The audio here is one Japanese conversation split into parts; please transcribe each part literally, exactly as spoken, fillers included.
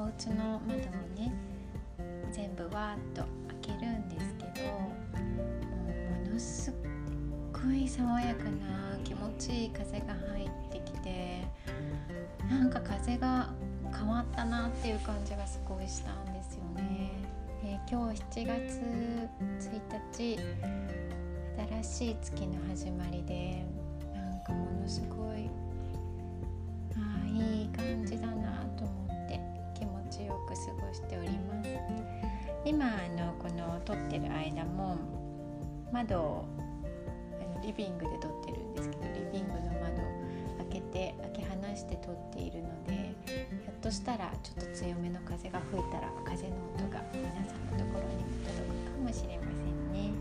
お家の窓をね全部わーっと開けるんですけど、もうものすっごい爽やかな気持ちいい風が入ってきて、なんか風が変わったなっていう感じがすごいしたんですよね。えー、今日しちがつついたち、新しい月の始まりで、なんかものすごいあいい感じだなと思って気持ちよく過ごしております。今あのこの撮ってる間も窓をあのリビングで撮ってるんですけど、リビングの窓を開けて開け放して撮っているので、ひょっとしたらちょっと強めの風が吹いたら風の音が皆さんのところにも届くかもしれませんね。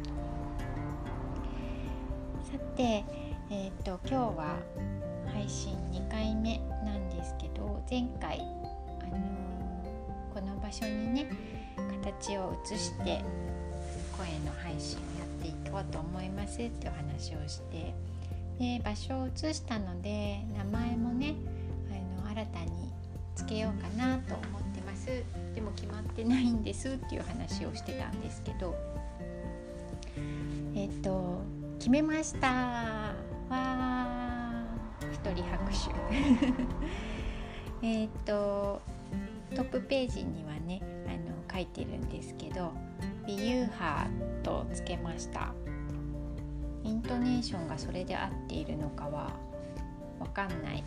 さて、えー、と今日は配信にかいめなんですけど、前回、あのー、この場所にね形を移して声の配信をやっていこうと思いますってお話をして、で場所を移したので名前もねあの新たにつけようかなと思ってます。でも決まってないんですっていう話をしてたんですけど、えっと決めました。わー、一人拍手えっとトップページにはねあの書いてるんですけど、ビユーハーとつけました。イントネーションがそれで合っているのかはわかんない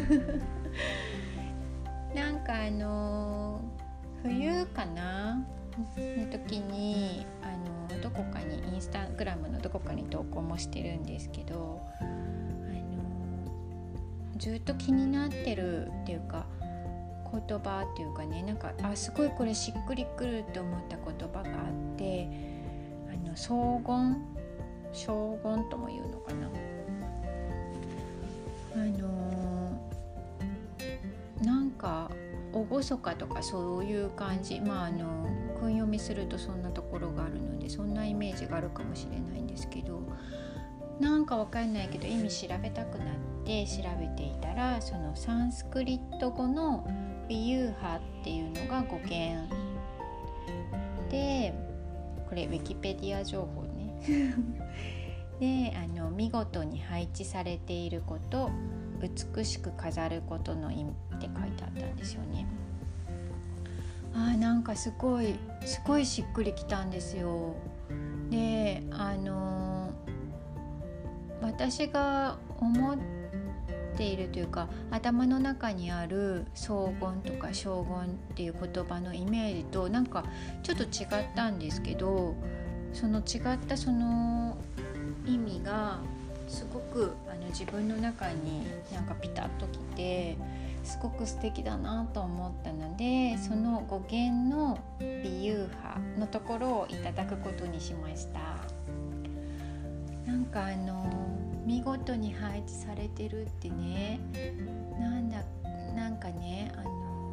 なんかあの冬かなの時にあのどこかにインスタグラムのどこかに投稿もしてるんですけど、あのずっと気になってるっていうか言葉っていうかね、なんかあすごいこれしっくりくるって思った言葉があって、あの荘厳荘厳とも言うのかな、あのなんか厳かとかそういう感じ、まああの訓読みするとそんなところがあるのでそんなイメージがあるかもしれないんですけど、なんかわかんないけど意味調べたくなって調べていたら、そのサンスクリット語のビユーハっていうのが語源で、これウィキペディア情報ねであの見事に配置されていること、美しく飾ることの意味って書いてあったんですよね。あーなんかすごいすごいしっくりきたんですよ。であの私が思っているというか頭の中にある荘厳とか荘厳っていう言葉のイメージとなんかちょっと違ったんですけど、その違ったその意味がすごくあの自分の中になんかピタッときてすごく素敵だなと思ったので、その語源のビユーハのところをいただくことにしました。なんかあの見事に配置されてるってね、なんだなんかねあの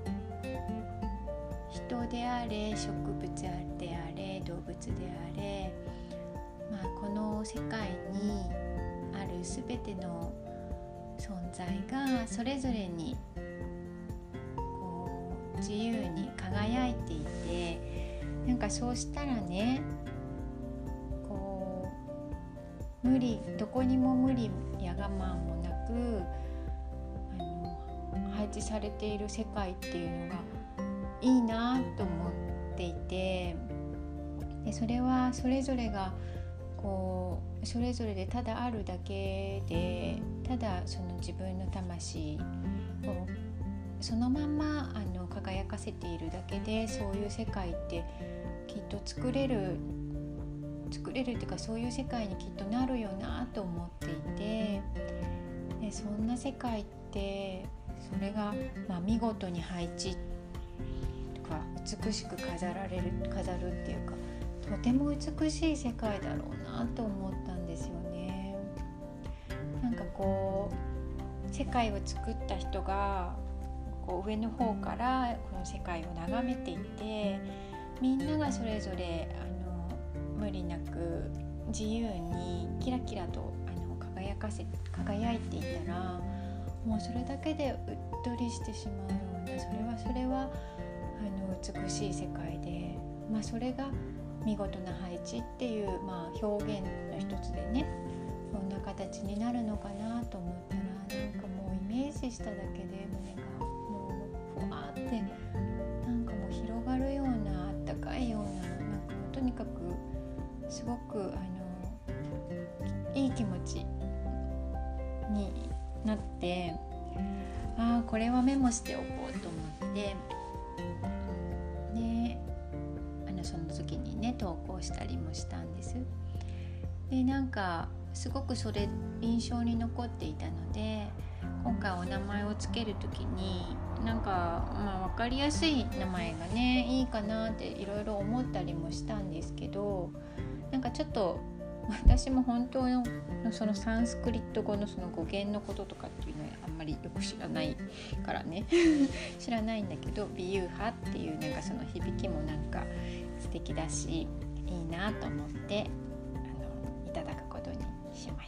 人であれ植物であれ動物であれ、まあ、この世界にあるすべての存在がそれぞれにこう自由に輝いていて、なんかそうしたらねこう無理どこにも無理や我慢もなくあの配置されている世界っていうのがいいなと思っていて、でそれはそれぞれがこうそれぞれでただあるだけで、ただその自分の魂をそのままあの輝かせているだけで、そういう世界ってきっと作れる作れるっていうかそういう世界にきっとなるよなと思っていて、でそんな世界ってそれが、まあ、見事に配置とか美しく飾られる飾るっていうかとても美しい世界だろうなと思ったんですよね。なんかこう世界を作った人がこう上の方からこの世界を眺めていて、みんながそれぞれあの無理なく自由にキラキラとあの輝かせ輝いていたら、 もうそれだけでうっとりしてしまうような、それはそれはあの美しい世界で、まあ、それが見事な配置っていう、まあ、表現の一つでね、そんな形になるのかなと思ったら、なんかもうイメージしただけで胸がもうふわーってなんかもう広がるような、あったかいような、なんかもうとにかくすごくあのいい気持ちになって、ああこれはメモしておこうと思って、であのその時にね投稿したりもしたんです。でなんかすごくそれ印象に残っていたので、今回お名前をつける時になんか、まあ、分かりやすい名前がねいいかなっていろいろ思ったりもしたんですけど、なんかちょっと私も本当のそのサンスクリット語のその語源のこととかっていうのはあんまりよく知らないからね知らないんだけど、美優派っていうなんかその響きもなんか素敵だしいいなと思ってあのいただくことにしました。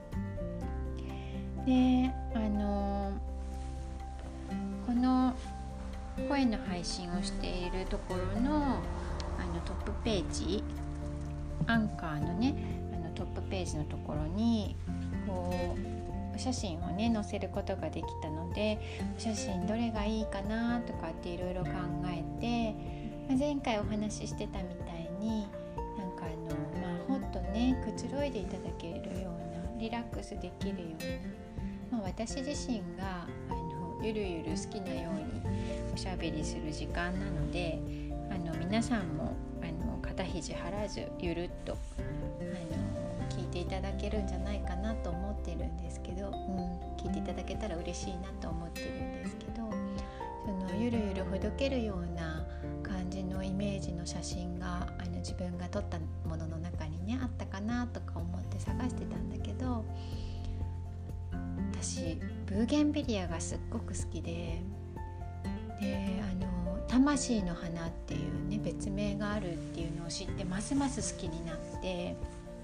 であのこの声の配信をしているところのあのトップページ、アンカーのねあのトップページのところにこうお写真をね載せることができたので、お写真どれがいいかなとかっていろいろ考えて、前回お話ししてたみたいになんかあの、まあ、ほっとねくつろいでいただけるような、リラックスできるような、まあ、私自身があのゆるゆる好きなようにおしゃべりする時間なので、あの皆さんもあの肩肘張らずゆるっとあの聞いていただけるんじゃないかなと思ってるんですけど、うん、聞いていただけたら嬉しいなと思ってるんですけど、そのゆるゆるほどけるような感じのイメージの写真があの自分が撮ったものの中にねあったかなとか思って探してたんだけど、私ブーゲンビリアがすっごく好きで、であの魂の花っていうね別名があるっていうのを知ってますます好きになって、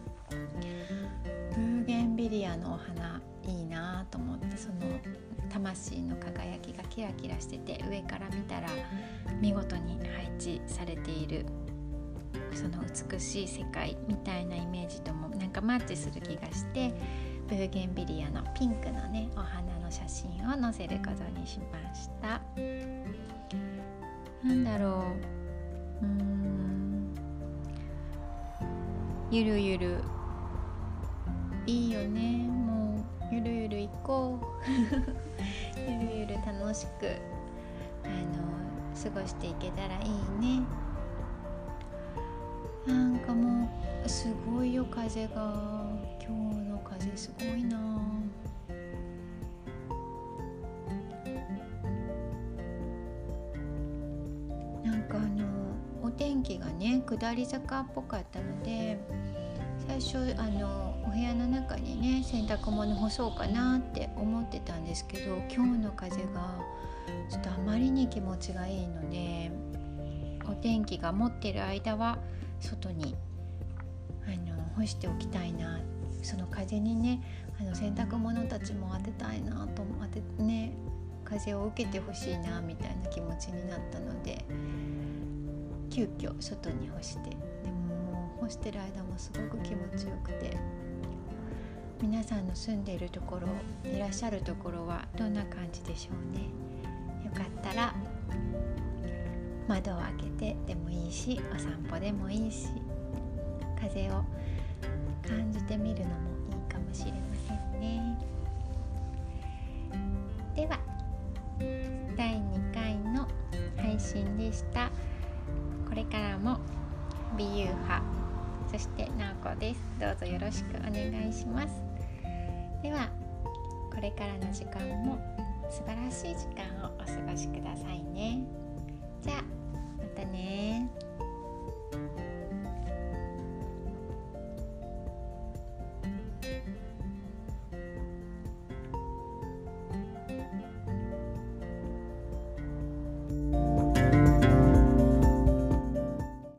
ブーゲンビリアのお花いいなと思って、その魂の輝きがキラキラしてて、上から見たら見事に配置されているその美しい世界みたいなイメージともなんかマッチする気がして、ブーゲンビリアのピンクのねお花の写真を載せることにしました。なんだろう、うーんゆるゆるいいよね、もうゆるゆる行こうゆるゆる楽しくあの過ごしていけたらいいね。なんかもうすごいよ風が、今日の風すごいな。なんかあのお天気がね下り坂っぽかったので、最初あのお部屋の中にね洗濯物干そうかなって思ってたんですけど、今日の風がちょっとあまりに気持ちがいいので、お天気が持ってる間は外にあの干しておきたいな、その風にねあの洗濯物たちも当てたいなと当てね風を受けてほしいなみたいな気持ちになったので、急遽外に干して、でももう干してる間もすごく気持ちよくて、皆さんの住んでいるところいらっしゃるところはどんな感じでしょうね。よかったら窓を開けてでもいいし、お散歩でもいいし、風を感じてみるのもいいかもしれませんね。ではだいにかいの配信でした。これからも美優派、そしてなおこです。どうぞよろしくお願いします。ではこれからの時間も素晴らしい時間をお過ごしくださいね。じゃあまたね。